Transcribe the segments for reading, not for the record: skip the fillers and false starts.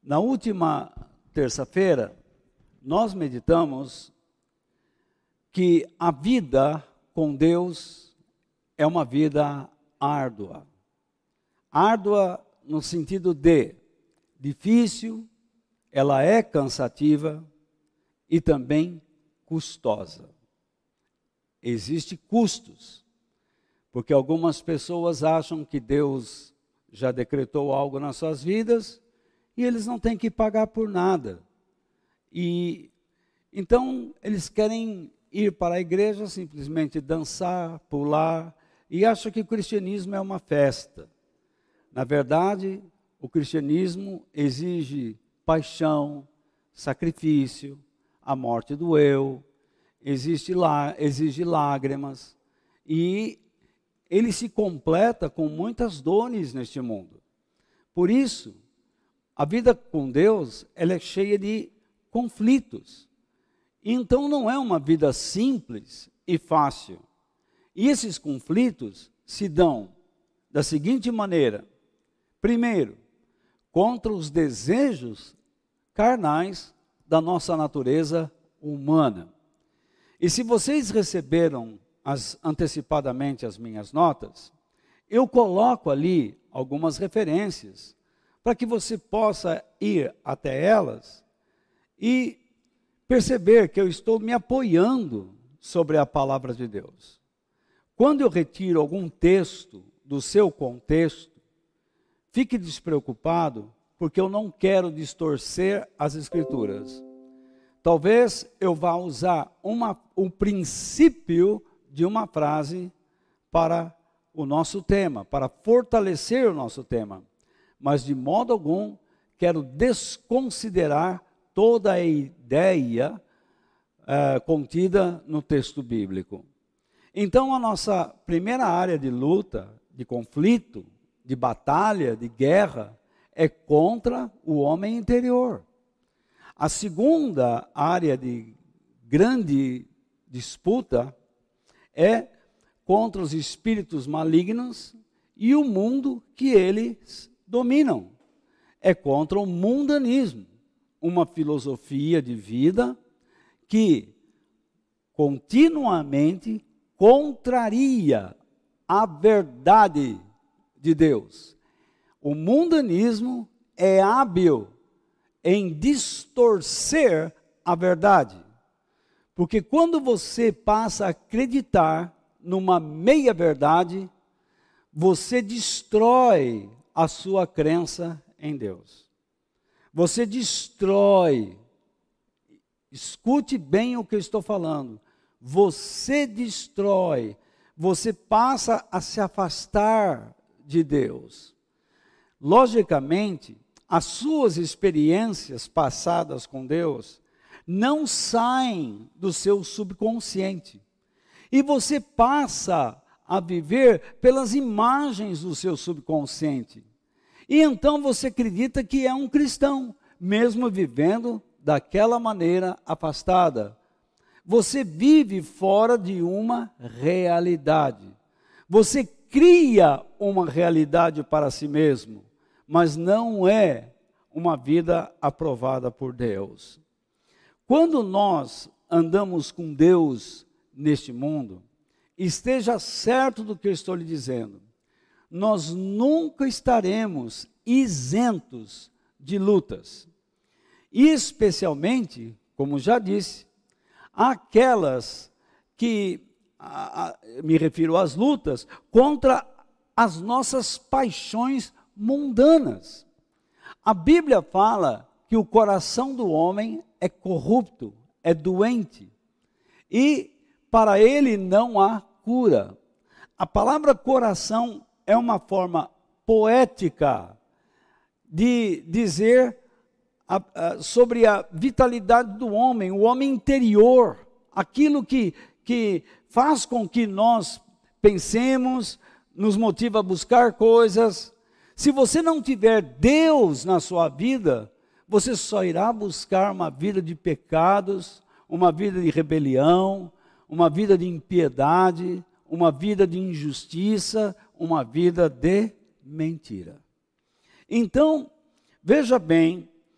Na última terça-feira, nós meditamos que a vida com Deus é uma vida árdua. Árdua no sentido de difícil, ela é cansativa e também custosa. Existem custos, porque algumas pessoas acham que Deus já decretou algo nas suas vidas e eles não têm que pagar por nada. E então eles querem ir para a igreja, simplesmente dançar, pular, e acham que o cristianismo é uma festa. Na verdade, o cristianismo exige paixão, sacrifício, a morte do eu, exige lágrimas, e ele se completa com muitas dores neste mundo. Por isso, a vida com Deus, ela é cheia de conflitos. Então não é uma vida simples e fácil. E esses conflitos se dão da seguinte maneira: primeiro, contra os desejos carnais da nossa natureza humana. E se vocês receberam antecipadamente as minhas notas, eu coloco ali algumas referências para que você possa ir até elas e perceber que eu estou me apoiando sobre a palavra de Deus. Quando eu retiro algum texto do seu contexto, fique despreocupado, porque eu não quero distorcer as Escrituras. Talvez eu vá usar o princípio de uma frase para o nosso tema, para fortalecer o nosso tema. Mas de modo algum quero desconsiderar toda a ideia contida no texto bíblico. Então a nossa primeira área de luta, de conflito, de batalha, de guerra, é contra o homem interior. A segunda área de grande disputa é contra os espíritos malignos e o mundo que eles dominam. É contra o mundanismo, uma filosofia de vida que continuamente contraria a verdade de Deus. O mundanismo é hábil em distorcer a verdade. Porque quando você passa a acreditar numa meia-verdade, você destrói a sua crença em Deus. Você destrói, escute bem o que eu estou falando, você destrói, você passa a se afastar de Deus. Logicamente, as suas experiências passadas com Deus não saem do seu subconsciente. E você passa a viver pelas imagens do seu subconsciente. E então você acredita que é um cristão, mesmo vivendo daquela maneira afastada. Você vive fora de uma realidade. Você cria uma realidade para si mesmo, mas não é uma vida aprovada por Deus. Quando nós andamos com Deus neste mundo, esteja certo do que eu estou lhe dizendo, nós nunca estaremos isentos de lutas. E especialmente, como já disse, aquelas que, me refiro às lutas, contra as nossas paixões mundanas. A Bíblia fala que o coração do homem é corrupto, é doente, e para ele não há cura. A palavra coração é uma forma poética de dizer sobre a vitalidade do homem, o homem interior, aquilo que faz com que nós pensemos, nos motiva a buscar coisas. Se você não tiver Deus na sua vida, você só irá buscar uma vida de pecados, uma vida de rebelião, uma vida de impiedade, uma vida de injustiça, uma vida de mentira. Então, veja bem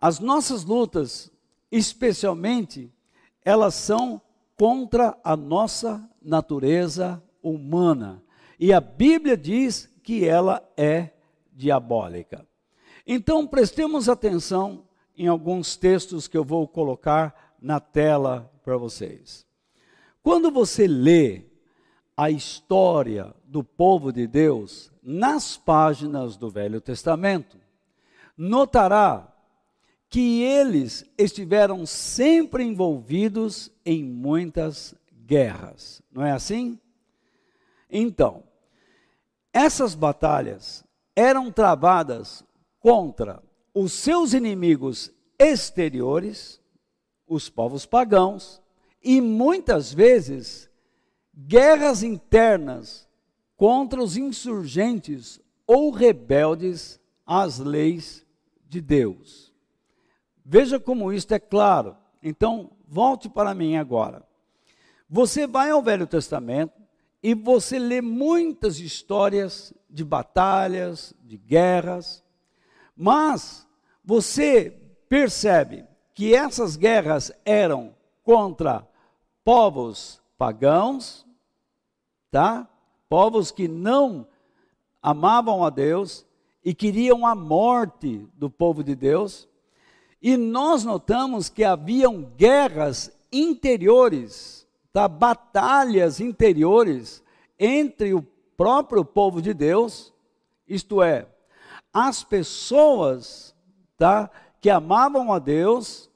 As nossas lutas, especialmente, elas são contra a nossa natureza humana. E a Bíblia diz que ela é diabólica. Então, prestemos atenção em alguns textos que eu vou colocar na tela para vocês. Quando você lê a história do povo de Deus nas páginas do Velho Testamento, notará que eles estiveram sempre envolvidos em muitas guerras. Não é assim? Então, essas batalhas eram travadas contra os seus inimigos exteriores, os povos pagãos, e muitas vezes guerras internas contra os insurgentes ou rebeldes às leis de Deus. Veja como isto é claro. Então, volte para mim agora. Você vai ao Velho Testamento e você lê muitas histórias de batalhas, de guerras, mas você percebe que essas guerras eram contra povos pagãos, tá? Povos que não amavam a Deus e queriam a morte do povo de Deus. E nós notamos que haviam guerras interiores, tá? Batalhas interiores entre o próprio povo de Deus, isto é, as pessoas, tá? Que amavam a Deus,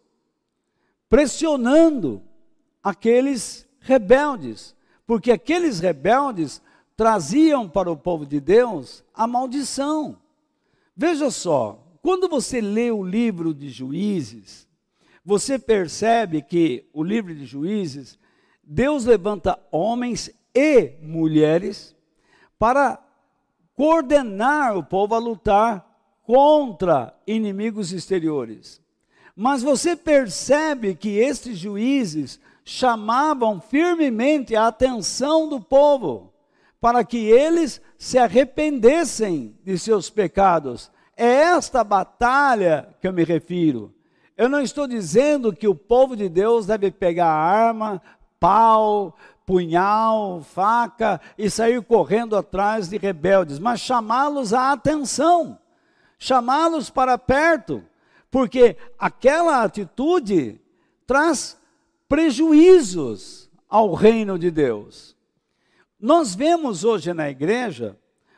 pressionando aqueles rebeldes, porque aqueles rebeldes traziam para o povo de Deus a maldição. Veja só, quando você lê o livro de Juízes, você percebe que o livro de Juízes, Deus levanta homens e mulheres para coordenar o povo a lutar contra inimigos exteriores. Mas você percebe que estes juízes chamavam firmemente a atenção do povo, para que eles se arrependessem de seus pecados. É esta batalha que eu me refiro. Eu não estou dizendo que o povo de Deus deve pegar arma, pau, punhal, faca e sair correndo atrás de rebeldes, mas chamá-los à atenção, chamá-los para perto, porque aquela atitude traz prejuízos ao reino de Deus. Nós vemos hoje na igreja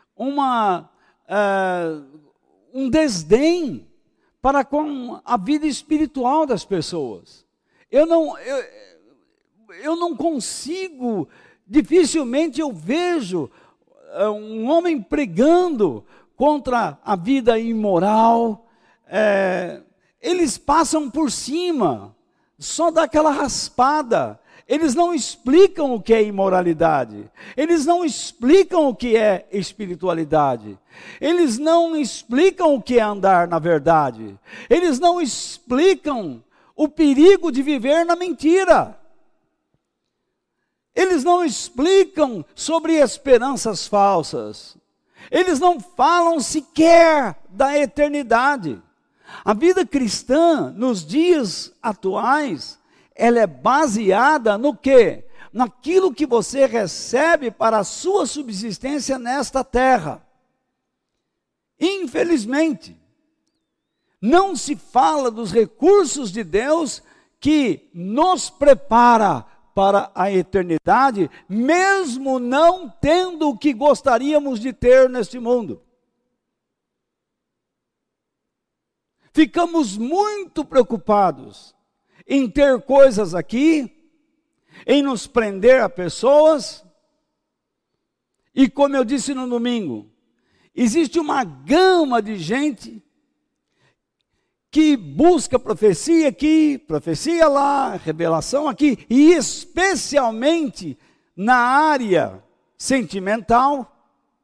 um desdém para com a vida espiritual das pessoas. Eu não consigo, dificilmente eu vejo um homem pregando contra a vida imoral. Eles passam por cima, só dá aquela raspada. Eles não explicam o que é imoralidade. Eles não explicam o que é espiritualidade. Eles não explicam o que é andar na verdade. Eles não explicam o perigo de viver na mentira. Eles não explicam sobre esperanças falsas. Eles não falam sequer da eternidade. A vida cristã, nos dias atuais, ela é baseada no quê? Naquilo que você recebe para a sua subsistência nesta terra. Infelizmente, não se fala dos recursos de Deus que nos prepara para a eternidade, mesmo não tendo o que gostaríamos de ter neste mundo. Ficamos muito preocupados em ter coisas aqui, em nos prender a pessoas, e como eu disse no domingo, existe uma gama de gente que busca profecia aqui, profecia lá, revelação aqui, e especialmente na área sentimental,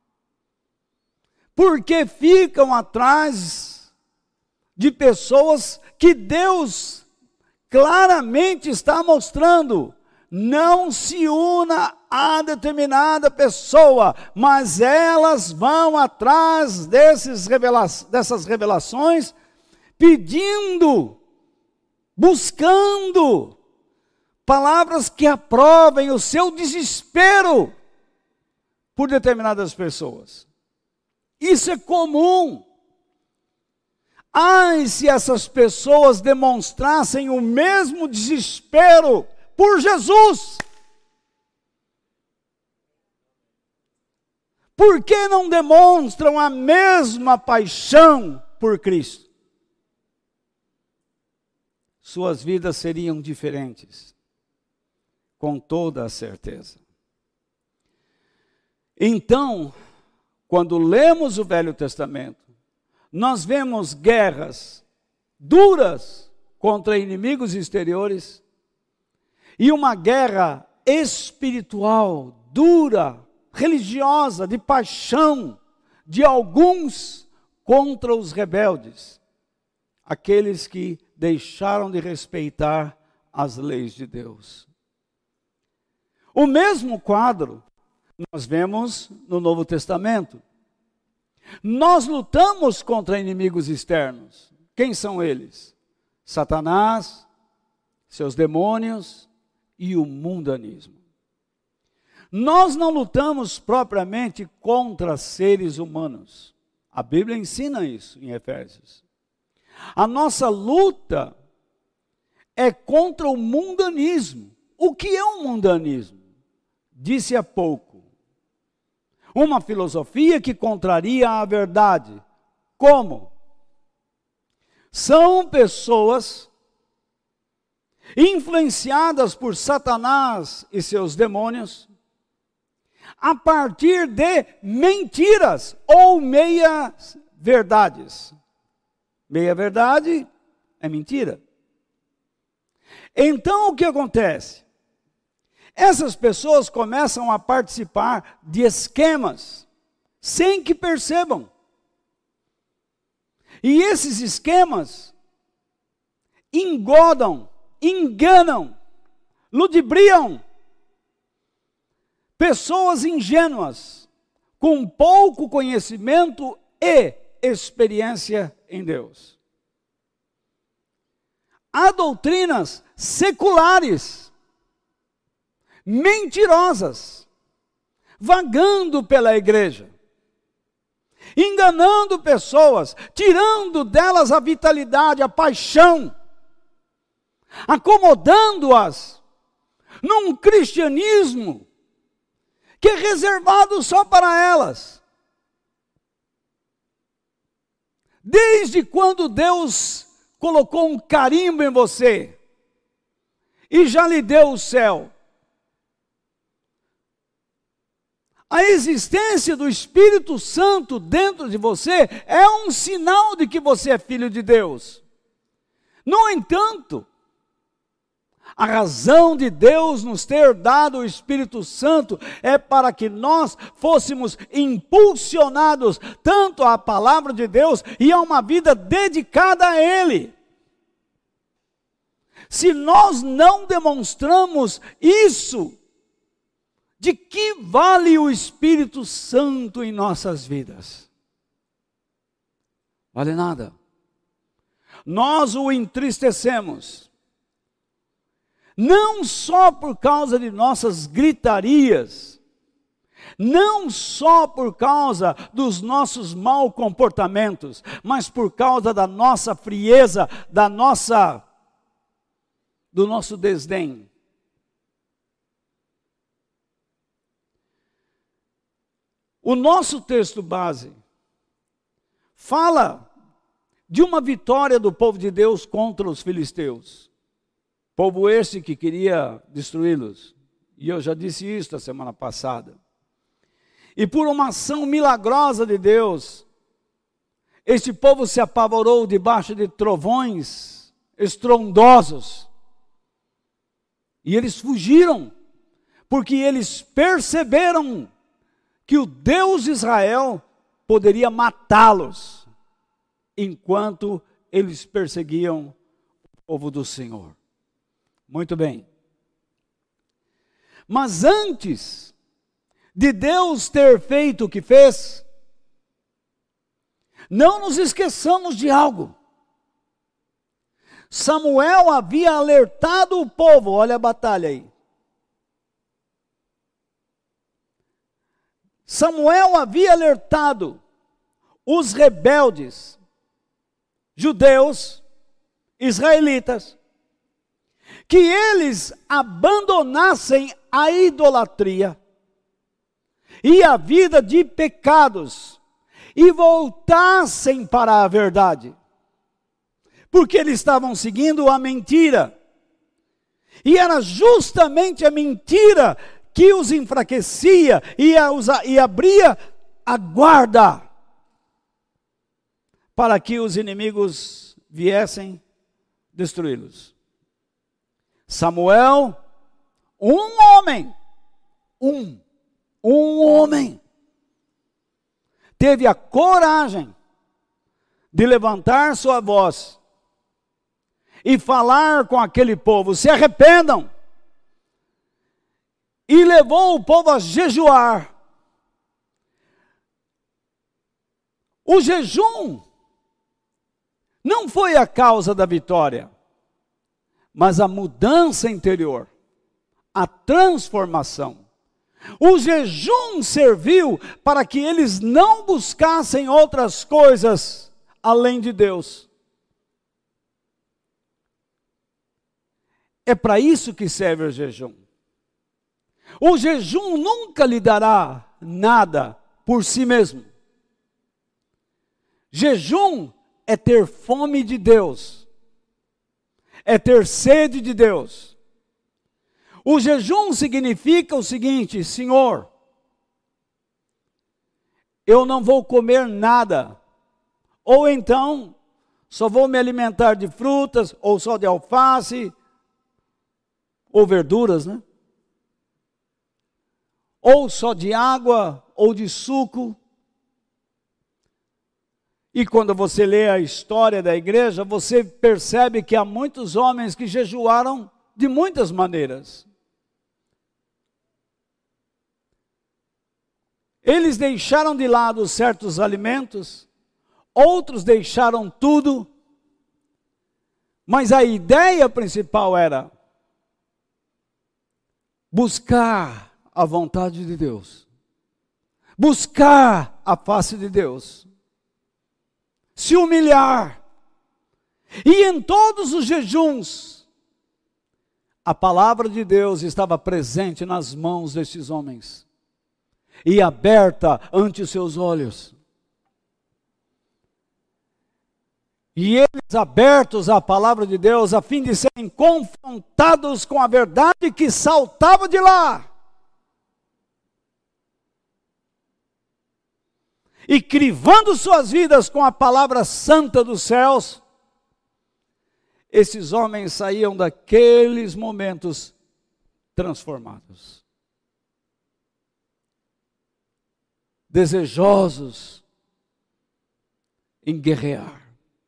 porque ficam atrás de pessoas que Deus claramente está mostrando: não se una a determinada pessoa, mas elas vão atrás dessas revelações pedindo, buscando palavras que aprovem o seu desespero por determinadas pessoas. Isso é comum. Ai, se essas pessoas demonstrassem o mesmo desespero por Jesus. Por que não demonstram a mesma paixão por Cristo? Suas vidas seriam diferentes, com toda a certeza. Então, quando lemos o Velho Testamento, nós vemos guerras duras contra inimigos exteriores e uma guerra espiritual, dura, religiosa, de paixão de alguns contra os rebeldes, aqueles que deixaram de respeitar as leis de Deus. O mesmo quadro nós vemos no Novo Testamento. Nós lutamos contra inimigos externos. Quem são eles? Satanás, seus demônios e o mundanismo. Nós não lutamos propriamente contra seres humanos. A Bíblia ensina isso em Efésios. A nossa luta é contra o mundanismo. O que é o mundanismo? Disse há pouco. Uma filosofia que contraria a verdade. Como? São pessoas influenciadas por Satanás e seus demônios a partir de mentiras ou meia-verdades. Meia-verdade é mentira. Então o que acontece? Essas pessoas começam a participar de esquemas, sem que percebam. E esses esquemas engodam, enganam, ludibriam pessoas ingênuas, com pouco conhecimento e experiência em Deus. Há doutrinas seculares, mentirosas, vagando pela igreja, enganando pessoas, tirando delas a vitalidade, a paixão, acomodando-as num cristianismo que é reservado só para elas. Desde quando Deus colocou um carimbo em você e já lhe deu o céu, a existência do Espírito Santo dentro de você é um sinal de que você é filho de Deus. No entanto, a razão de Deus nos ter dado o Espírito Santo é para que nós fôssemos impulsionados tanto à palavra de Deus e a uma vida dedicada a Ele. Se nós não demonstramos isso, de que vale o Espírito Santo em nossas vidas? Vale nada. Nós o entristecemos, não só por causa de nossas gritarias, não só por causa dos nossos maus comportamentos, mas por causa da nossa frieza, do nosso desdém. O nosso texto base fala de uma vitória do povo de Deus contra os filisteus. Povo esse que queria destruí-los. E eu já disse isso a semana passada. E por uma ação milagrosa de Deus, este povo se apavorou debaixo de trovões estrondosos. E eles fugiram, porque eles perceberam que o Deus de Israel poderia matá-los, enquanto eles perseguiam o povo do Senhor. Muito bem. Mas antes de Deus ter feito o que fez, não nos esqueçamos de algo. Samuel havia alertado o povo, olha a batalha aí. Samuel havia alertado os rebeldes, judeus, israelitas, que eles abandonassem a idolatria e a vida de pecados e voltassem para a verdade. Porque eles estavam seguindo a mentira. E era justamente a mentira que os enfraquecia e abria a guarda para que os inimigos viessem destruí-los. Samuel, um homem, teve a coragem de levantar sua voz e falar com aquele povo: se arrependam. E levou o povo a jejuar. O jejum não foi a causa da vitória, mas a mudança interior, a transformação. O jejum serviu para que eles não buscassem outras coisas além de Deus. É para isso que serve o jejum. O jejum nunca lhe dará nada por si mesmo. Jejum é ter fome de Deus, é ter sede de Deus. O jejum significa o seguinte: Senhor, eu não vou comer nada, ou então só vou me alimentar de frutas, ou só de alface, ou verduras, né? Ou só de água, ou de suco. E quando você lê a história da igreja, você percebe que há muitos homens que jejuaram de muitas maneiras. Eles deixaram de lado certos alimentos, outros deixaram tudo, mas a ideia principal era buscar a vontade de Deus, buscar a face de Deus, se humilhar. E em todos os jejuns, a palavra de Deus estava presente nas mãos destes homens e aberta ante os seus olhos. E eles abertos à palavra de Deus, a fim de serem confrontados com a verdade que saltava de lá. E crivando suas vidas com a palavra santa dos céus, esses homens saíam daqueles momentos transformados, desejosos em guerrear.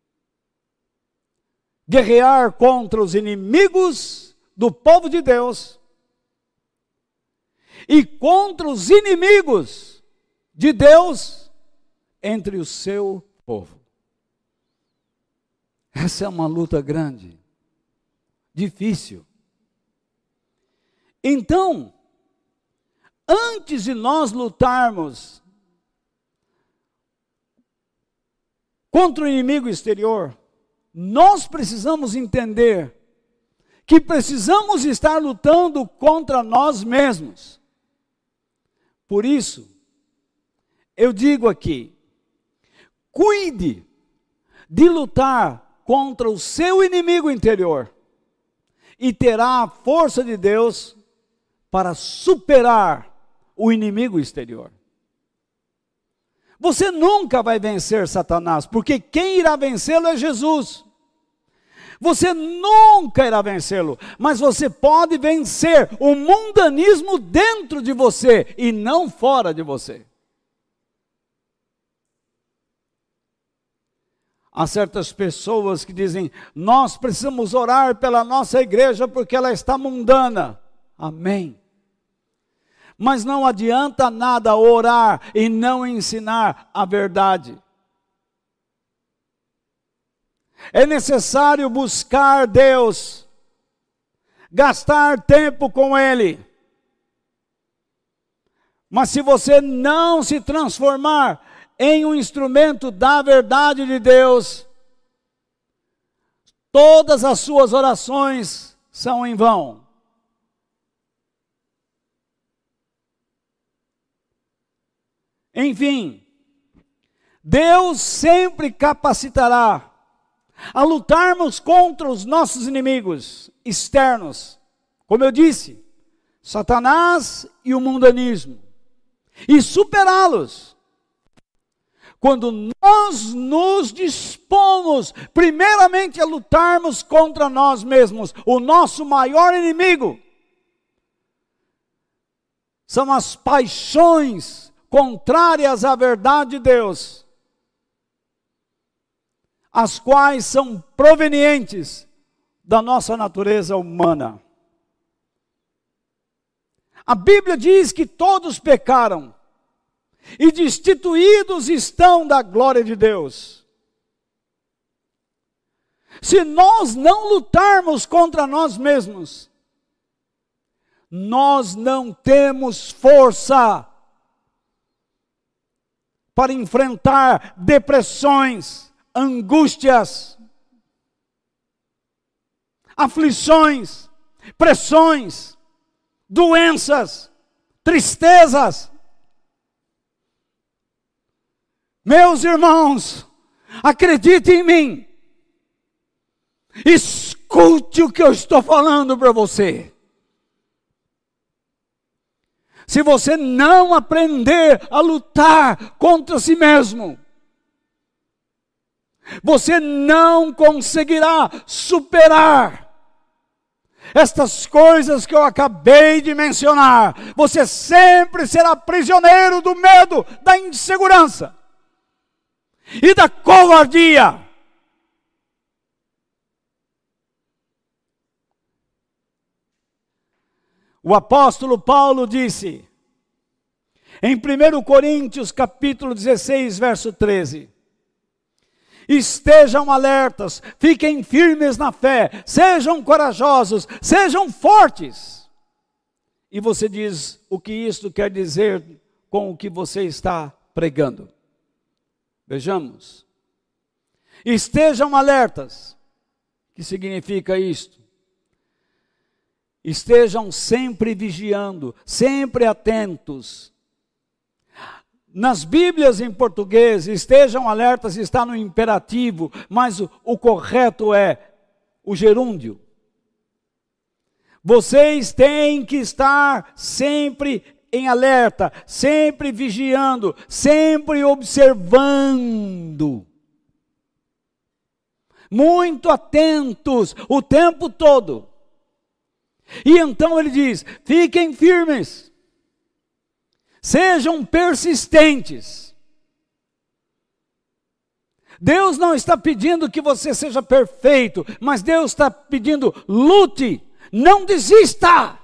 Guerrear contra os inimigos do povo de Deus e contra os inimigos de Deus entre o seu povo. Essa é uma luta grande, difícil. Então, antes de nós lutarmos contra o inimigo exterior, nós precisamos entender que precisamos estar lutando contra nós mesmos. Por isso, eu digo aqui, cuide de lutar contra o seu inimigo interior e terá a força de Deus para superar o inimigo exterior. Você nunca vai vencer Satanás, porque quem irá vencê-lo é Jesus. Você nunca irá vencê-lo, mas você pode vencer o mundanismo dentro de você e não fora de você. Há certas pessoas que dizem: nós precisamos orar pela nossa igreja porque ela está mundana. Amém. Mas não adianta nada orar e não ensinar a verdade. É necessário buscar Deus, gastar tempo com Ele. Mas se você não se transformar em um instrumento da verdade de Deus, todas as suas orações são em vão. Enfim, Deus sempre capacitará a lutarmos contra os nossos inimigos externos, como eu disse, Satanás e o mundanismo, e superá-los. Quando nós nos dispomos, primeiramente, a lutarmos contra nós mesmos, o nosso maior inimigo são as paixões contrárias à verdade de Deus, as quais são provenientes da nossa natureza humana. A Bíblia diz que todos pecaram e destituídos estão da glória de Deus. Se nós não lutarmos contra nós mesmos, nós não temos força para enfrentar depressões, angústias, aflições, pressões, doenças, tristezas. Meus irmãos, acredite em mim, escute o que eu estou falando para você. Se você não aprender a lutar contra si mesmo, você não conseguirá superar estas coisas que eu acabei de mencionar. Você sempre será prisioneiro do medo, da insegurança e da covardia. O apóstolo Paulo disse, em 1 Coríntios capítulo 16, verso 13, estejam alertas, fiquem firmes na fé, sejam corajosos, sejam fortes. E você diz o que isso quer dizer com o que você está pregando. Vejamos. Estejam alertas. O que significa isto? Estejam sempre vigiando, sempre atentos. Nas Bíblias em português, estejam alertas, está no imperativo, mas o correto é o gerúndio. Vocês têm que estar sempre em alerta, sempre vigiando, sempre observando. Muito atentos o tempo todo. E então ele diz, fiquem firmes, sejam persistentes. Deus não está pedindo que você seja perfeito, mas Deus está pedindo, lute, não desista.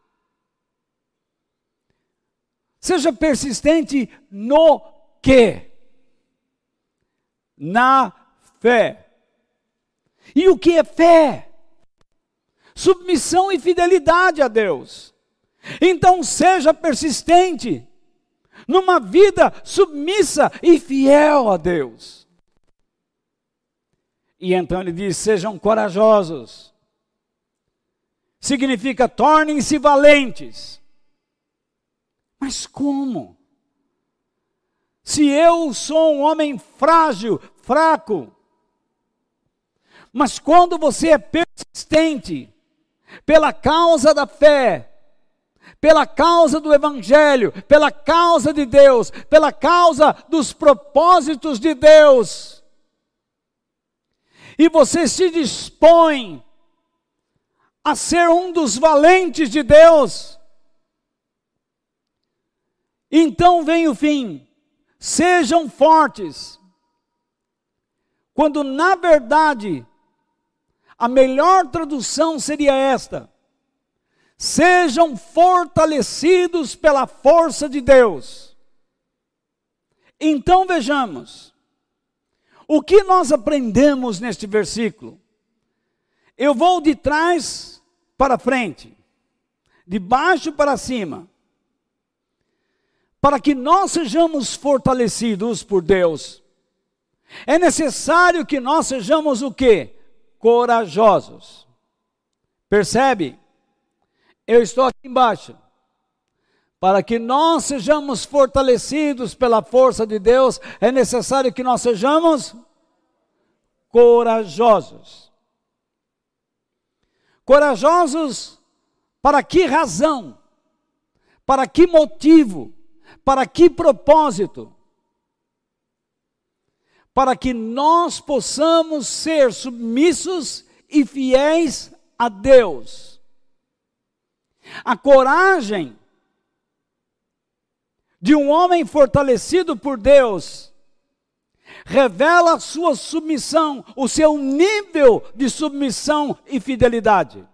Seja persistente no quê? Na fé. E o que é fé? Submissão e fidelidade a Deus. Então seja persistente numa vida submissa e fiel a Deus. E então ele diz, sejam corajosos. Significa, tornem-se valentes. Mas como? Se eu sou um homem frágil, fraco, mas quando você é persistente, pela causa da fé, pela causa do Evangelho, pela causa de Deus, pela causa dos propósitos de Deus, e você se dispõe a ser um dos valentes de Deus, então vem o fim, sejam fortes, quando na verdade, a melhor tradução seria esta: sejam fortalecidos pela força de Deus. Então vejamos, O que nós aprendemos neste versículo? Eu vou de trás para frente, de baixo para cima, para que nós sejamos fortalecidos por Deus. É necessário que nós sejamos o quê? Corajosos. Percebe? Eu estou aqui embaixo. Para que nós sejamos fortalecidos pela força de Deus, é necessário que nós sejamos corajosos. Corajosos para que razão? Para que motivo? Para que propósito? Para que nós possamos ser submissos e fiéis a Deus. A coragem de um homem fortalecido por Deus revela a sua submissão, o seu nível de submissão e fidelidade.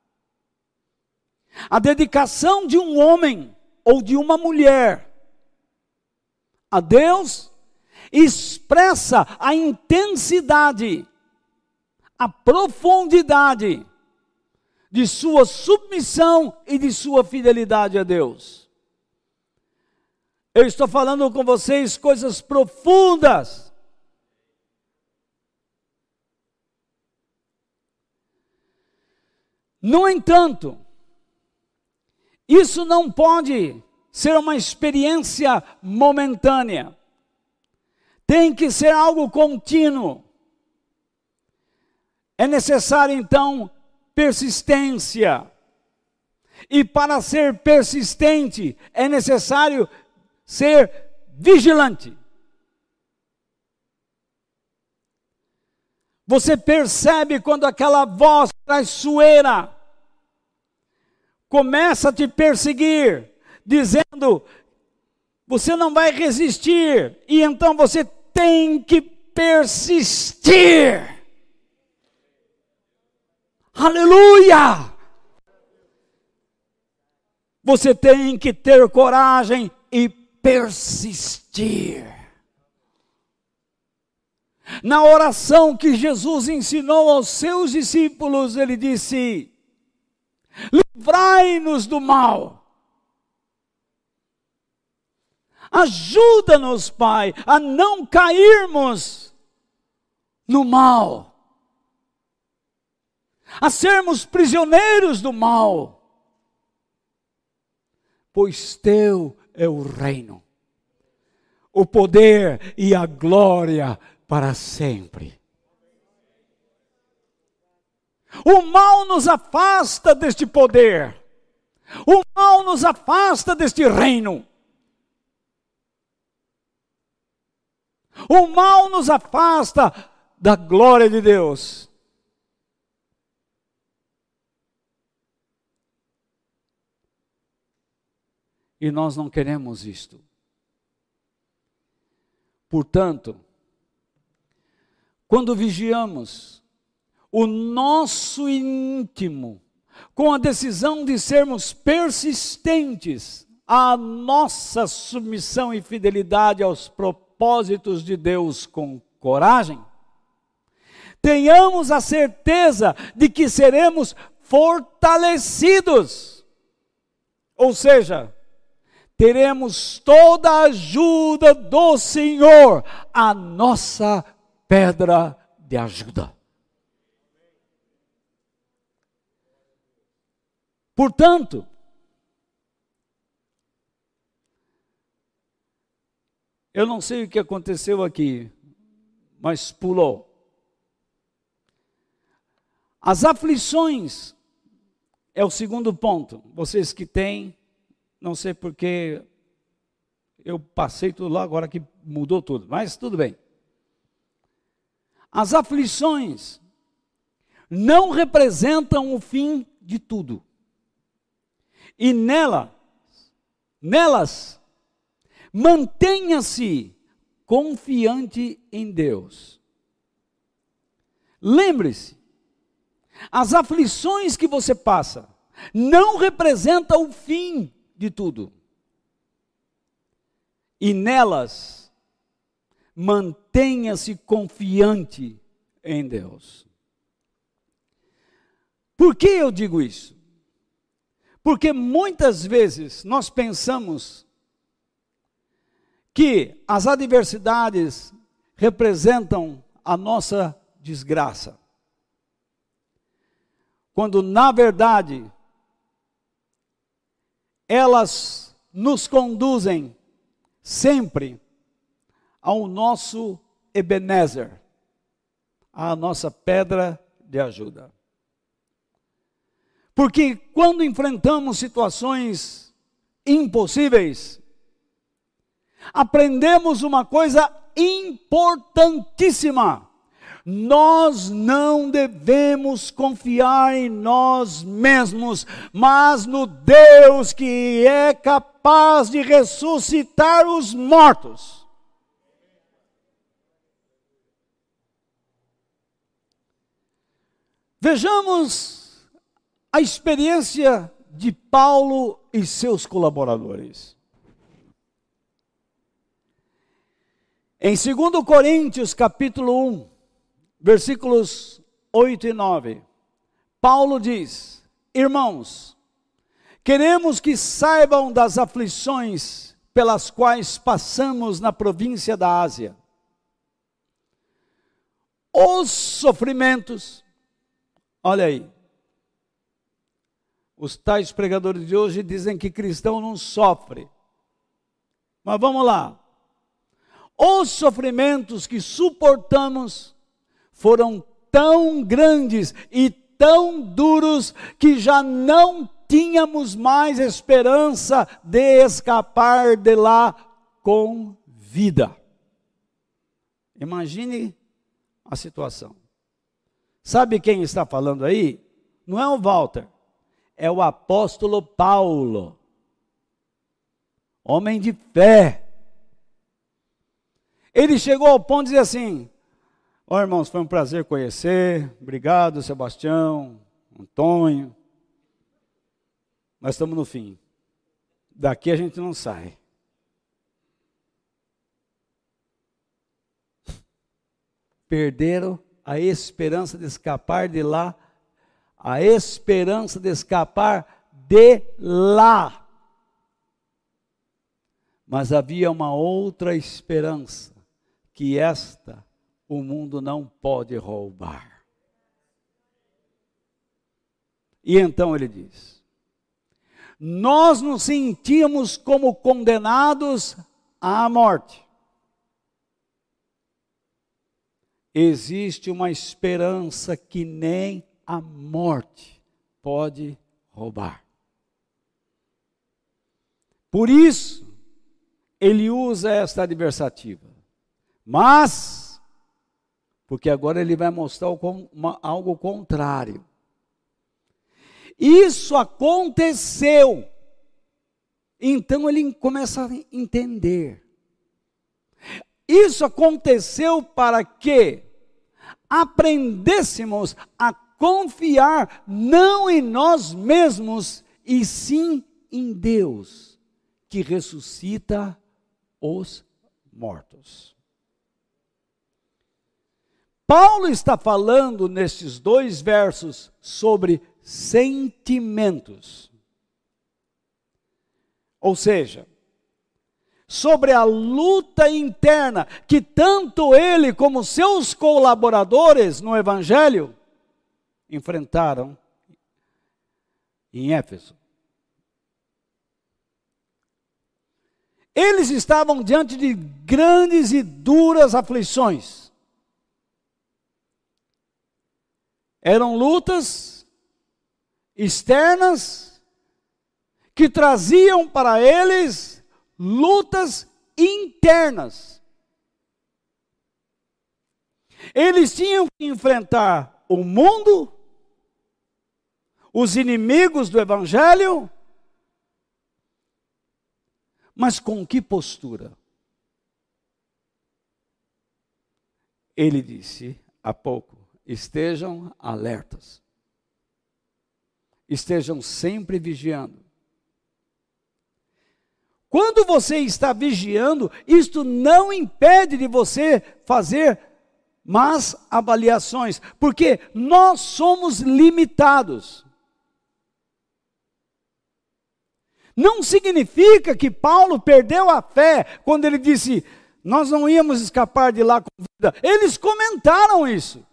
A dedicação de um homem ou de uma mulher a Deus expressa a intensidade, a profundidade de sua submissão e de sua fidelidade a Deus. Eu estou falando com vocês coisas profundas. No entanto, isso não pode ser uma experiência momentânea. Tem que ser algo contínuo. É necessário então persistência. E para ser persistente é necessário ser vigilante. Você percebe quando aquela voz traiçoeira começa a te perseguir, dizendo, você não vai resistir, e então você tem que persistir. Aleluia! Você tem que ter coragem e persistir. Na oração que Jesus ensinou aos seus discípulos, ele disse, livrai-nos do mal. Ajuda-nos, Pai, a não cairmos no mal, a sermos prisioneiros do mal, pois teu é o reino, o poder e a glória para sempre. O mal nos afasta deste poder, o mal nos afasta deste reino, o mal nos afasta da glória de Deus. E nós não queremos isto. Portanto, quando vigiamos o nosso íntimo, com a decisão de sermos persistentes à nossa submissão e fidelidade aos propósitos de Deus com coragem, tenhamos a certeza de que seremos fortalecidos. Ou seja, teremos toda a ajuda do Senhor, a nossa pedra de ajuda. Portanto, eu não sei o que aconteceu aqui, mas pulou. As aflições é o segundo ponto. Vocês que têm, não sei porque eu passei tudo lá, agora que mudou tudo, mas tudo bem. As aflições não representam o fim de tudo. E nelas, mantenha-se confiante em Deus. Lembre-se, as aflições que você passa não representam o fim de tudo. E nelas, mantenha mantenha-se confiante em Deus. Por que eu digo isso? Porque muitas vezes nós pensamos que as adversidades representam a nossa desgraça, quando na verdade elas nos conduzem sempre ao nosso Ebenezer, à nossa pedra de ajuda. Porque quando enfrentamos situações impossíveis, aprendemos uma coisa importantíssima: nós não devemos confiar em nós mesmos, mas no Deus que é capaz de ressuscitar os mortos. Vejamos a experiência de Paulo e seus colaboradores. Em 2 Coríntios, capítulo 1, versículos 8 e 9, Paulo diz: irmãos, queremos que saibam das aflições pelas quais passamos na província da Ásia. Os sofrimentos, olha aí, os tais pregadores de hoje dizem que cristão não sofre. Mas vamos lá. Os sofrimentos que suportamos foram tão grandes e tão duros que já não tínhamos mais esperança de escapar de lá com vida. Imagine a situação. Sabe quem está falando aí? Não é o Walter. É o apóstolo Paulo, homem de fé. Ele chegou ao ponto de dizer assim: ó irmãos, foi um prazer conhecer, obrigado Sebastião, Antônio, nós estamos no fim, daqui a gente não sai. Perderam a esperança de escapar de lá, a esperança de escapar de lá. Mas havia uma outra esperança, que esta o mundo não pode roubar. E então ele diz: nós nos sentíamos como condenados à morte. Existe uma esperança que nem a morte pode roubar. Por isso, ele usa esta adversativa. Mas, porque agora ele vai mostrar algo contrário. Isso aconteceu. Então ele começa a entender. Isso aconteceu para que aprendêssemos a confiar não em nós mesmos, e sim em Deus, que ressuscita os mortos. Paulo está falando nestes 2 versos sobre sentimentos. Ou seja, sobre a luta interna que tanto ele como seus colaboradores no Evangelho enfrentaram em Éfeso. Eles estavam diante de grandes e duras aflições. Eram lutas externas que traziam para eles lutas internas. Eles tinham que enfrentar o mundo, os inimigos do Evangelho, mas com que postura? Ele disse há pouco: estejam alertas, estejam sempre vigiando. Quando você está vigiando, isto não impede de você fazer más avaliações, porque nós somos limitados. Não significa que Paulo perdeu a fé quando ele disse, nós não íamos escapar de lá com vida. Eles comentaram isso.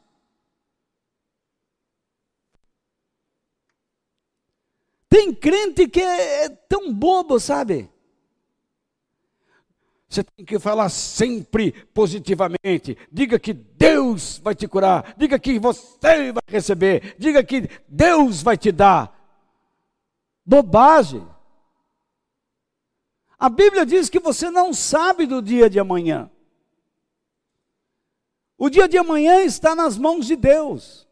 Tem crente que é tão bobo, sabe? Você tem que falar sempre positivamente. Diga que Deus vai te curar. Diga que você vai receber. Diga que Deus vai te dar. Bobagem. A Bíblia diz que você não sabe do dia de amanhã. O dia de amanhã está nas mãos de Deus.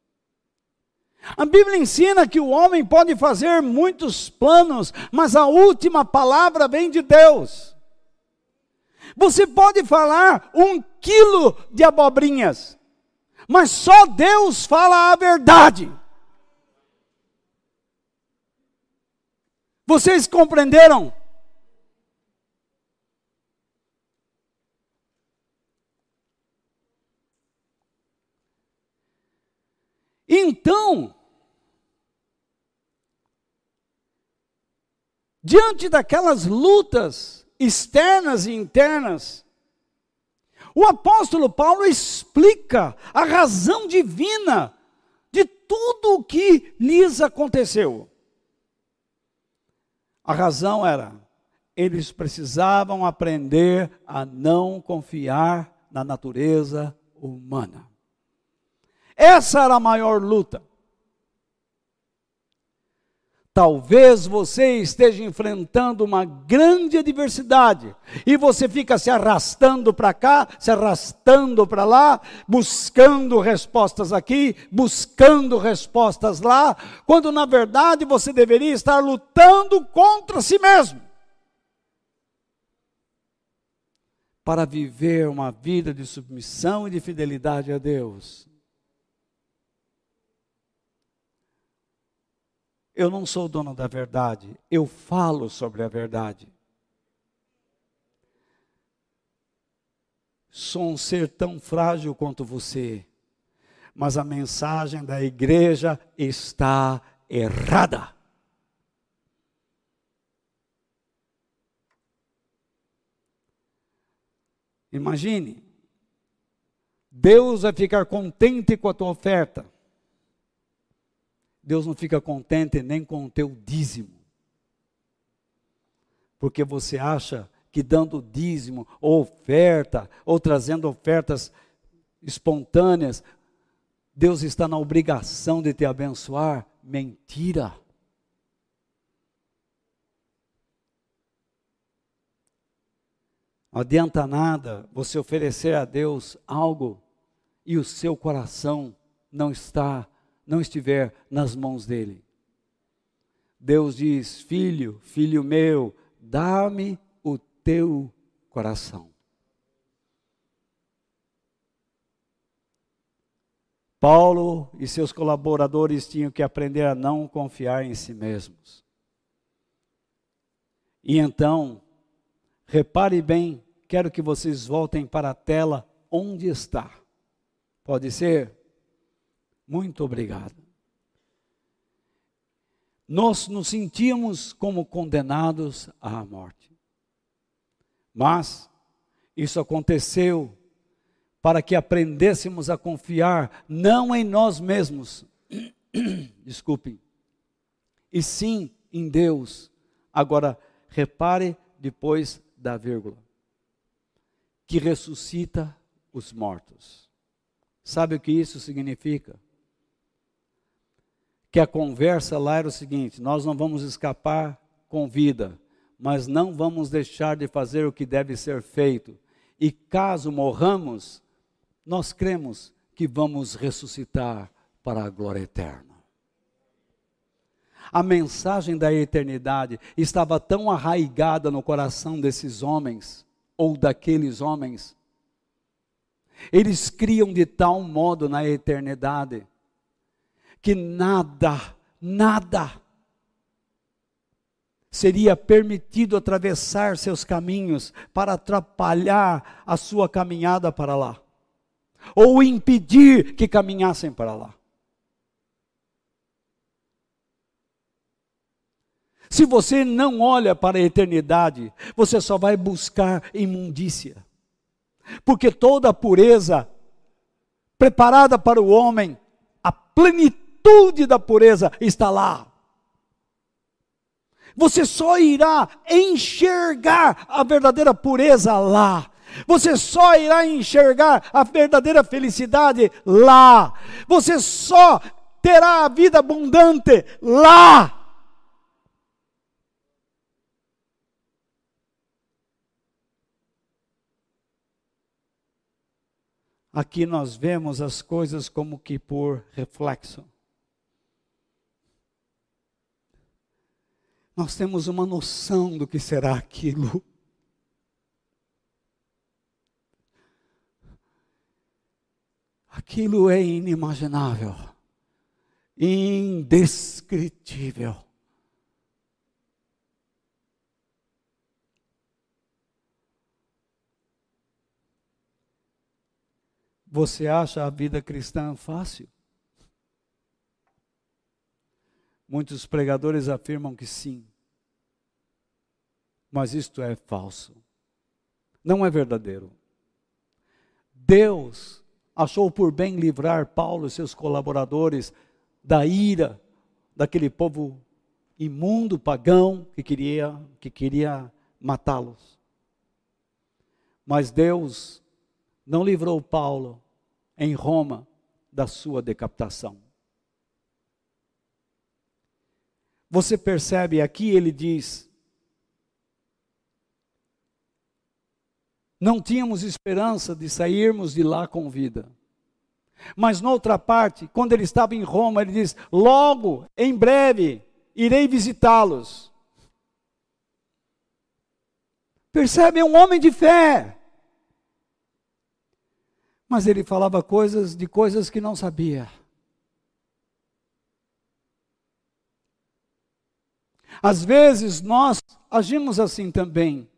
A Bíblia ensina que o homem pode fazer muitos planos, mas a última palavra vem de Deus. Você pode falar 1 quilo de abobrinhas, mas só Deus fala a verdade. Vocês compreenderam? Então, diante daquelas lutas externas e internas, o apóstolo Paulo explica a razão divina de tudo o que lhes aconteceu. A razão era, eles precisavam aprender a não confiar na natureza humana. Essa era a maior luta. Talvez você esteja enfrentando uma grande adversidade e você fica se arrastando para cá, se arrastando para lá, buscando respostas aqui, buscando respostas lá, quando na verdade você deveria estar lutando contra si mesmo. Para viver uma vida de submissão e de fidelidade a Deus. Eu não sou dono da verdade, eu falo sobre a verdade. Sou um ser tão frágil quanto você, mas a mensagem da igreja está errada. Imagine, Deus vai ficar contente com a tua oferta. Deus não fica contente nem com o teu dízimo. Porque você acha que dando dízimo, ou oferta, ou trazendo ofertas espontâneas, Deus está na obrigação de te abençoar. Mentira. Não adianta nada você oferecer a Deus algo e o seu coração não estiver nas mãos dele. Deus diz, filho, filho meu, dá-me o teu coração. Paulo e seus colaboradores tinham que aprender a não confiar em si mesmos. E então, repare bem, quero que vocês voltem para a tela onde está. Pode ser? Muito obrigado. Nós nos sentíamos como condenados à morte. Mas isso aconteceu para que aprendêssemos a confiar não em nós mesmos, desculpem, e sim em Deus. Agora, repare depois da vírgula, que ressuscita os mortos. Sabe o que isso significa? Que a conversa lá era o seguinte, nós não vamos escapar com vida, mas não vamos deixar de fazer o que deve ser feito. E caso morramos, nós cremos que vamos ressuscitar para a glória eterna. A mensagem da eternidade estava tão arraigada no coração desses homens, ou daqueles homens. Eles criam de tal modo na eternidade, que nada seria permitido atravessar seus caminhos para atrapalhar a sua caminhada para lá, ou impedir que caminhassem para lá. Se você não olha para a eternidade, você só vai buscar imundícia. Porque toda a pureza preparada para o homem, a plenitude da pureza está lá. Você só irá enxergar a verdadeira pureza lá. Você só irá enxergar a verdadeira felicidade lá. Você só terá a vida abundante lá. Aqui nós vemos as coisas como que por reflexo. Nós temos uma noção do que será aquilo. Aquilo é inimaginável, indescritível. Você acha a vida cristã fácil? Muitos pregadores afirmam que sim. Mas isto é falso. Não é verdadeiro. Deus achou por bem livrar Paulo e seus colaboradores da ira daquele povo imundo, pagão, que queria matá-los. Mas Deus não livrou Paulo em Roma da sua decapitação. Você percebe aqui, ele diz: não tínhamos esperança de sairmos de lá com vida. Mas noutra parte, quando ele estava em Roma, ele diz: logo, em breve, irei visitá-los. Percebe, é um homem de fé. Mas ele falava coisas que não sabia. Às vezes nós agimos assim também.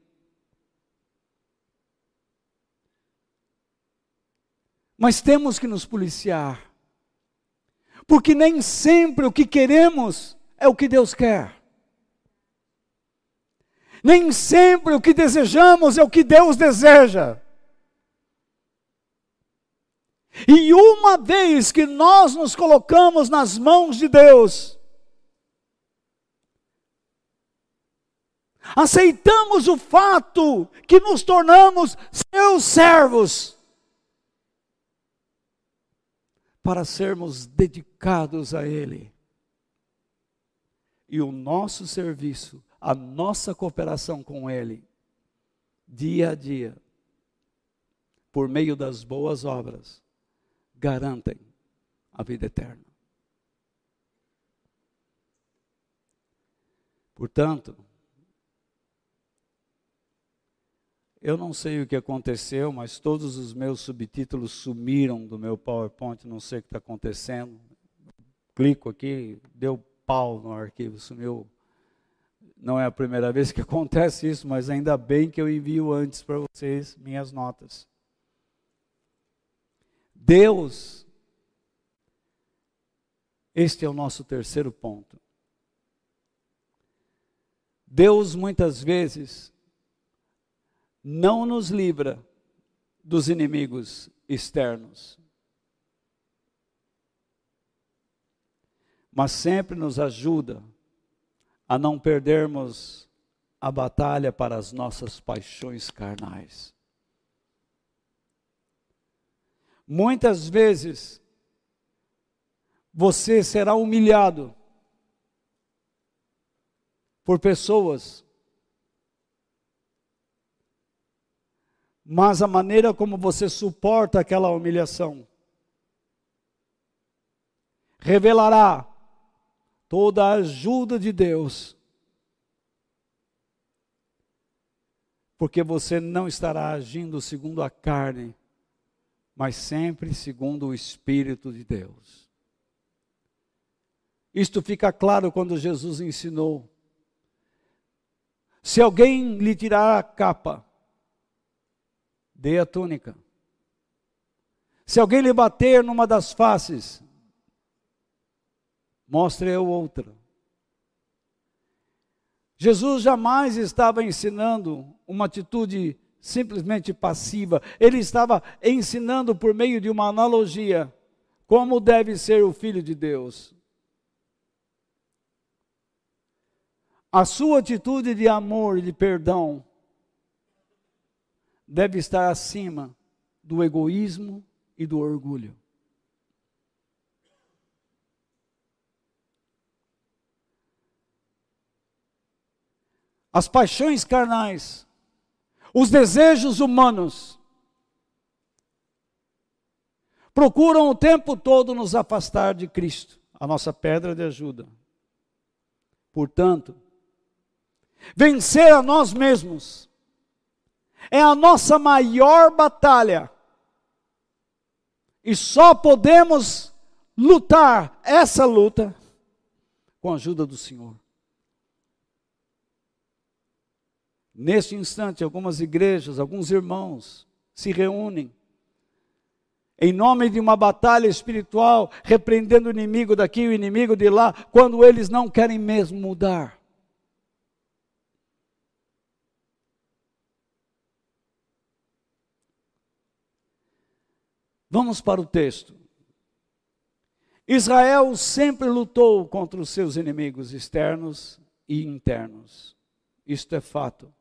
Mas temos que nos policiar. Porque nem sempre o que queremos é o que Deus quer. Nem sempre o que desejamos é o que Deus deseja. E uma vez que nós nos colocamos nas mãos de Deus, aceitamos o fato que nos tornamos seus servos, para sermos dedicados a Ele. E o nosso serviço, a nossa cooperação com Ele, dia a dia, por meio das boas obras, garantem a vida eterna. Portanto, eu não sei o que aconteceu, mas todos os meus subtítulos sumiram do meu PowerPoint, não sei o que está acontecendo. Clico aqui, deu pau no arquivo, sumiu. Não é a primeira vez que acontece isso, mas ainda bem que eu envio antes para vocês minhas notas. Deus, este é o nosso terceiro ponto. Deus muitas vezes não nos livra dos inimigos externos, mas sempre nos ajuda a não perdermos a batalha para as nossas paixões carnais. Muitas vezes você será humilhado por pessoas, mas a maneira como você suporta aquela humilhação revelará toda a ajuda de Deus, porque você não estará agindo segundo a carne, mas sempre segundo o Espírito de Deus. Isto fica claro quando Jesus ensinou: Se alguém lhe tirar a capa, dê a túnica. Se alguém lhe bater numa das faces, mostre a outra. Jesus jamais estava ensinando uma atitude simplesmente passiva. Ele estava ensinando por meio de uma analogia como deve ser o Filho de Deus. A sua atitude de amor e de perdão deve estar acima do egoísmo e do orgulho. As paixões carnais, os desejos humanos, procuram o tempo todo nos afastar de Cristo, a nossa pedra de ajuda. Portanto, vencer a nós mesmos é a nossa maior batalha. E só podemos lutar essa luta com a ajuda do Senhor. Neste instante, algumas igrejas, alguns irmãos se reúnem em nome de uma batalha espiritual, repreendendo o inimigo daqui e o inimigo de lá, quando eles não querem mesmo mudar. Vamos para o texto. Israel sempre lutou contra os seus inimigos externos e internos. Isto é fato.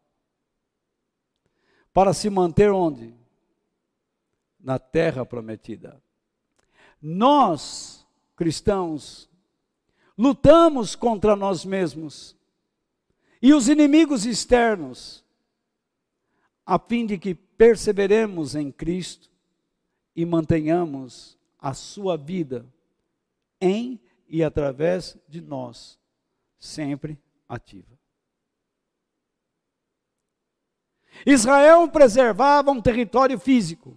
Para se manter onde? Na terra prometida. Nós, cristãos, lutamos contra nós mesmos e os inimigos externos, a fim de que perseveremos em Cristo e mantenhamos a sua vida em e através de nós, sempre ativa. Israel preservava um território físico,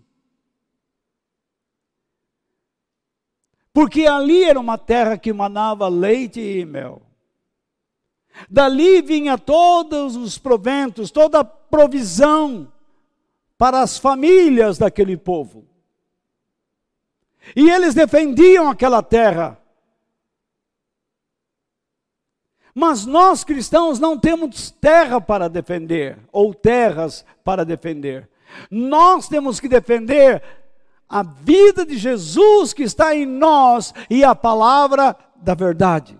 porque ali era uma terra que manava leite e mel. Dali vinha todos os proventos, toda a provisão para as famílias daquele povo. E eles defendiam aquela terra. Mas nós cristãos não temos terra para defender, ou terras para defender. Nós temos que defender a vida de Jesus que está em nós e a palavra da verdade.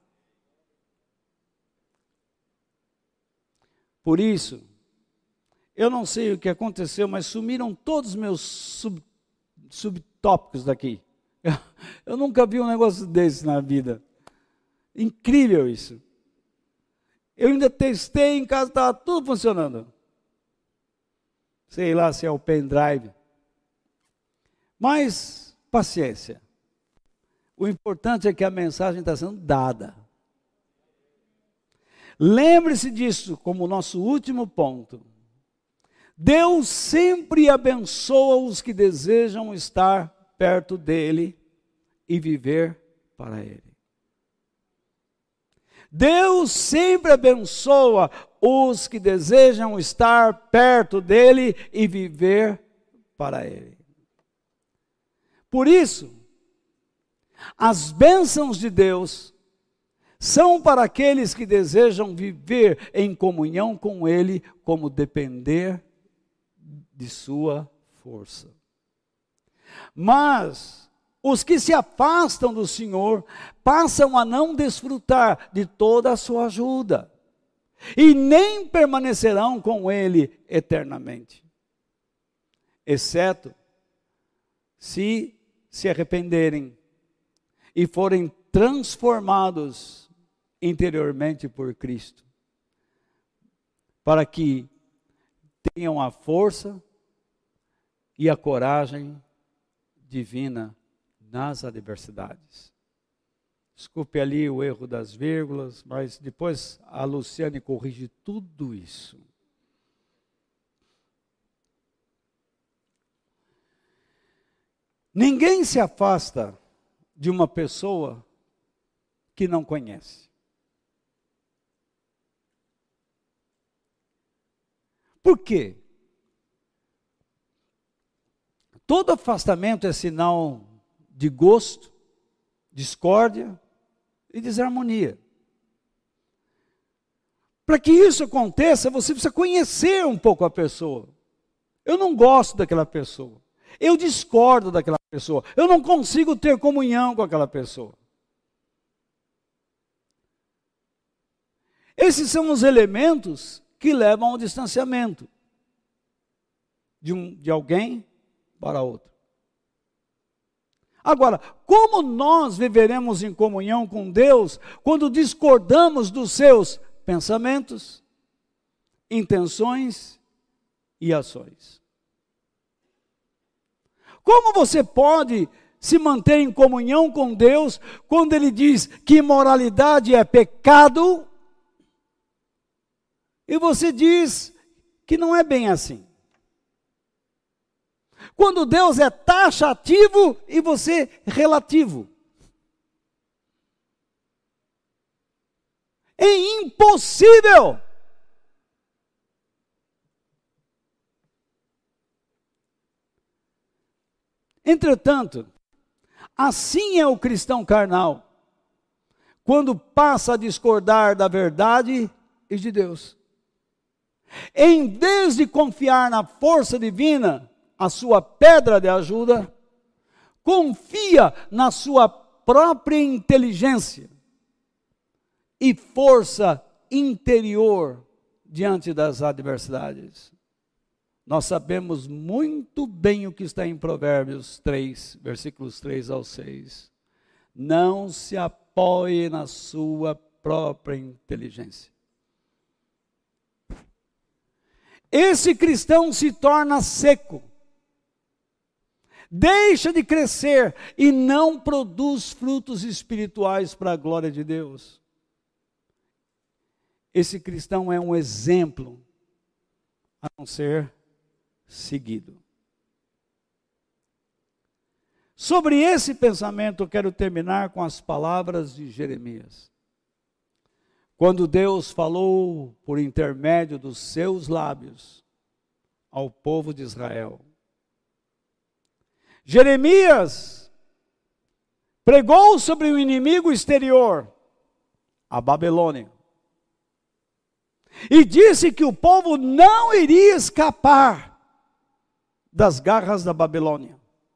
Por isso, eu não sei o que aconteceu, mas sumiram todos os meus subtópicos daqui. Eu nunca vi um negócio desse na vida. Incrível isso. Eu ainda testei em casa, estava tudo funcionando. Sei lá se é o pendrive. Mas, paciência. O importante é que a mensagem está sendo dada. Lembre-se disso como nosso último ponto. Deus sempre abençoa os que desejam estar perto dele e viver para ele. Deus sempre abençoa os que desejam estar perto dele e viver para ele. Por isso, as bênçãos de Deus são para aqueles que desejam viver em comunhão com ele, como depender de sua força. Mas os que se afastam do Senhor passam a não desfrutar de toda a sua ajuda e nem permanecerão com ele eternamente, exceto se arrependerem e forem transformados interiormente por Cristo, para que tenham a força e a coragem divina nas adversidades. Desculpe ali o erro das vírgulas, mas depois a Luciane corrige tudo isso. Ninguém se afasta de uma pessoa que não conhece. Por quê? Todo afastamento é sinal de gosto, discórdia e desarmonia. Para que isso aconteça, você precisa conhecer um pouco a pessoa. Eu não gosto daquela pessoa. Eu discordo daquela pessoa. Eu não consigo ter comunhão com aquela pessoa. Esses são os elementos que levam ao distanciamento de alguém para outro. Agora, como nós viveremos em comunhão com Deus quando discordamos dos seus pensamentos, intenções e ações? Como você pode se manter em comunhão com Deus quando Ele diz que imoralidade é pecado e você diz que não é bem assim? Quando Deus é taxativo e você relativo. É impossível. Entretanto, assim é o cristão carnal, quando passa a discordar da verdade e de Deus. Em vez de confiar na força divina, a sua pedra de ajuda, confia na sua própria inteligência e força interior diante das adversidades. Nós sabemos muito bem o que está em Provérbios 3, versículos 3 ao 6. Não se apoie na sua própria inteligência. Esse cristão se torna seco, deixa de crescer e não produz frutos espirituais para a glória de Deus. Esse cristão é um exemplo a não ser seguido. Sobre esse pensamento eu quero terminar com as palavras de Jeremias. Quando Deus falou por intermédio dos seus lábios ao povo de Israel. Jeremias pregou sobre o inimigo exterior, a Babilônia, e disse que o povo não iria escapar das garras da Babilônia.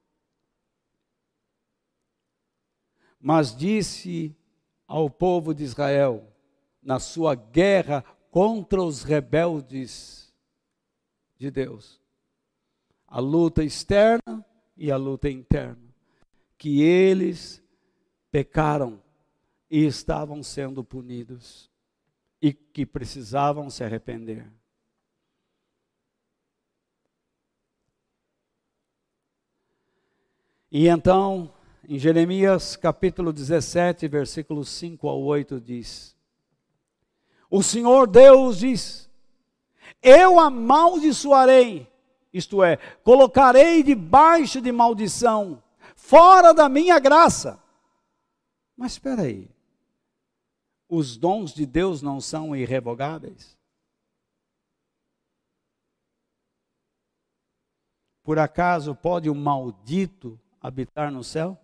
Mas disse ao povo de Israel, na sua guerra contra os rebeldes de Deus, a luta externa e a luta interna, que eles pecaram e estavam sendo punidos e que precisavam se arrepender. E então, em Jeremias capítulo 17, versículos 5 ao 8 diz: o Senhor Deus diz: eu amaldiçoarei, isto é, colocarei debaixo de maldição, fora da minha graça. Mas espera aí, os dons de Deus não são irrevogáveis? Por acaso pode o maldito habitar no céu?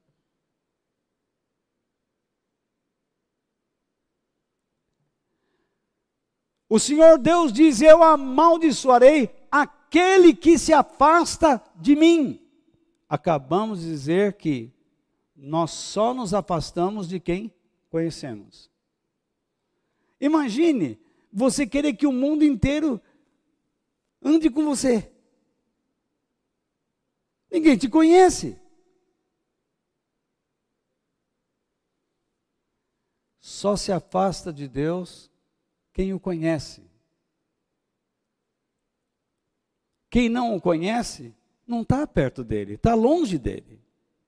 O Senhor Deus diz: eu amaldiçoarei aquele que se afasta de mim. Acabamos de dizer que nós só nos afastamos de quem conhecemos. Imagine você querer que o mundo inteiro ande com você. Ninguém te conhece. Só se afasta de Deus quem o conhece. Quem não o conhece, não está perto dele, está longe dele.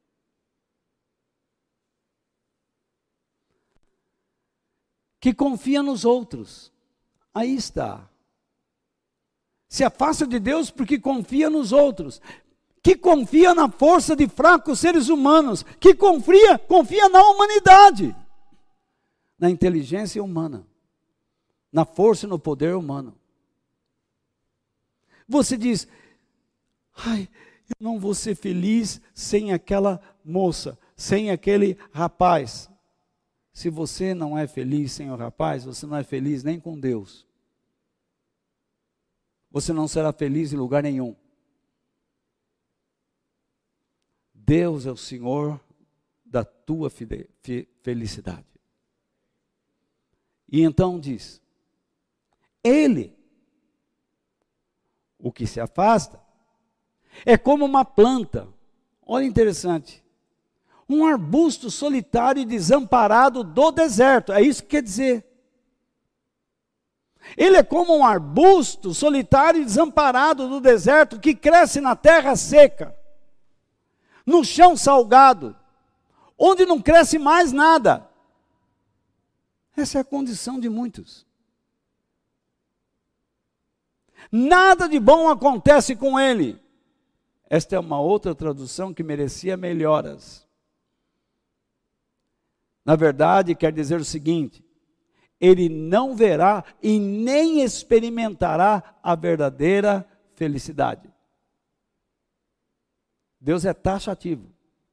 Que confia nos outros, aí está. Se afasta de Deus porque confia nos outros. Que confia na força de fracos seres humanos. Que confia na humanidade. Na inteligência humana. Na força e no poder humano. Você diz, ai, eu não vou ser feliz sem aquela moça, sem aquele rapaz. Se você não é feliz sem o rapaz, você não é feliz nem com Deus. Você não será feliz em lugar nenhum. Deus é o Senhor da tua felicidade. E então diz, Ele, o que se afasta, é como uma planta, olha interessante, um arbusto solitário e desamparado do deserto, é isso que quer dizer. Ele é como um arbusto solitário e desamparado do deserto que cresce na terra seca, no chão salgado, onde não cresce mais nada. Essa é a condição de muitos. Nada de bom acontece com ele. Esta é uma outra tradução que merecia melhoras. Na verdade, quer dizer o seguinte: ele não verá e nem experimentará a verdadeira felicidade. Deus é taxativo.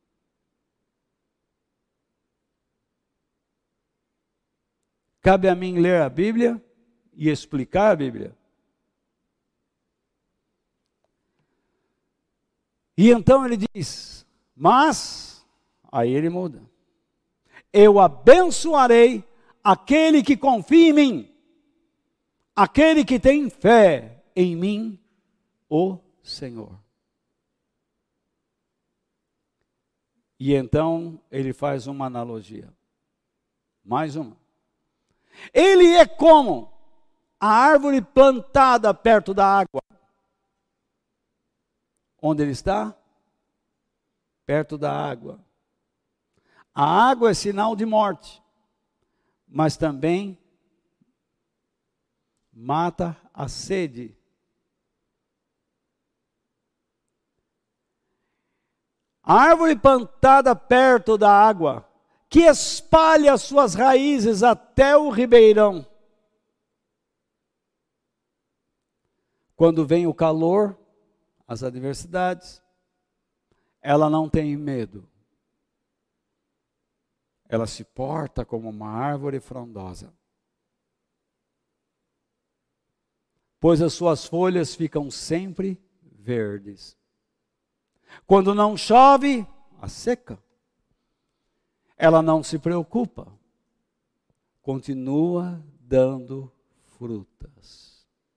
Cabe a mim ler a Bíblia e explicar a Bíblia. E então ele diz, mas, aí ele muda, eu abençoarei aquele que confia em mim, aquele que tem fé em mim, o Senhor. E então ele faz uma analogia, mais uma. Ele é como a árvore plantada perto da água. Onde ele está? Perto da água. A água é sinal de morte, mas também mata a sede. A árvore plantada perto da água, que espalha suas raízes até o ribeirão. Quando vem o calor, as adversidades, ela não tem medo. Ela se porta como uma árvore frondosa. Pois as suas folhas ficam sempre verdes. Quando não chove, a seca. Ela não se preocupa. Continua dando frutas.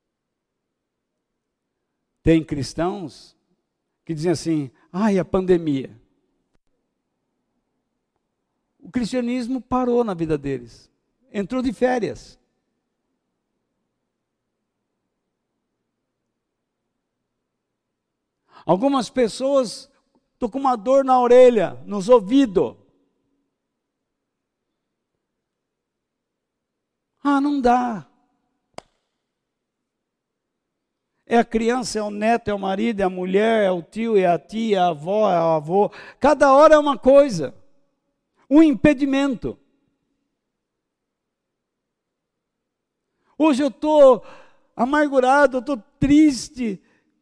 Tem cristãos que dizem assim, ai, a pandemia. O cristianismo parou na vida deles. Entrou de férias. Algumas pessoas estão com uma dor na orelha, nos ouvidos. Ah, não dá. É a criança, é o neto, é o marido, é a mulher, é o tio, é a tia, é a avó, é o avô. Cada hora é uma coisa. Um impedimento. Hoje eu estou amargurado, eu estou triste.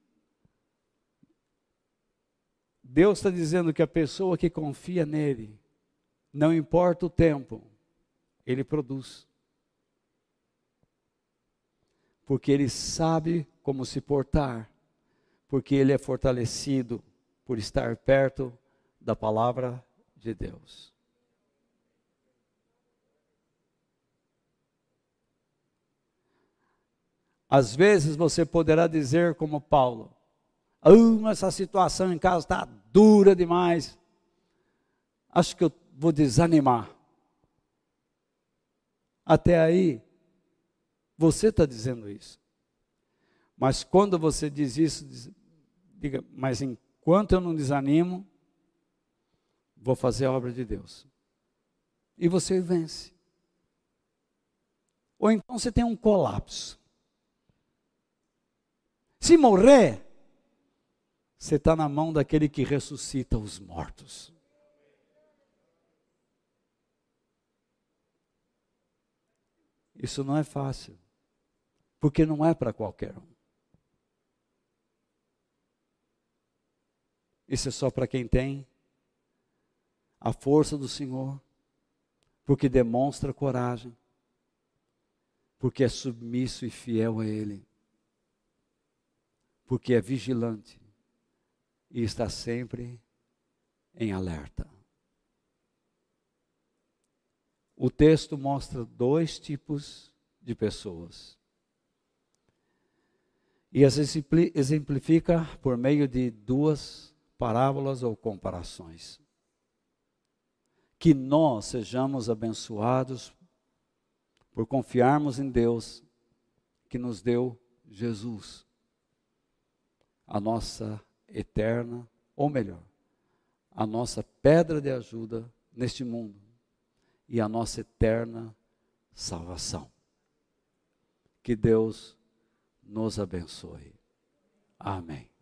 Deus está dizendo que a pessoa que confia nele, não importa o tempo, ele produz. Porque ele sabe como se portar, porque ele é fortalecido por estar perto da palavra de Deus. Às vezes você poderá dizer como Paulo, essa situação em casa está dura demais, acho que eu vou desanimar. Até aí, você está dizendo isso. Mas quando você diz isso, diga, mas enquanto eu não desanimo, vou fazer a obra de Deus. E você vence. Ou então você tem um colapso. Se morrer, você está na mão daquele que ressuscita os mortos. Isso não é fácil, porque não é para qualquer um. Isso é só para quem tem a força do Senhor, porque demonstra coragem, porque é submisso e fiel a Ele, porque é vigilante e está sempre em alerta. O texto mostra dois tipos de pessoas. E as exemplifica por meio de duas parábolas ou comparações. Que nós sejamos abençoados por confiarmos em Deus, que nos deu Jesus, a nossa eterna, ou melhor, a nossa pedra de ajuda neste mundo e a nossa eterna salvação. Que Deus nos abençoe. Amém.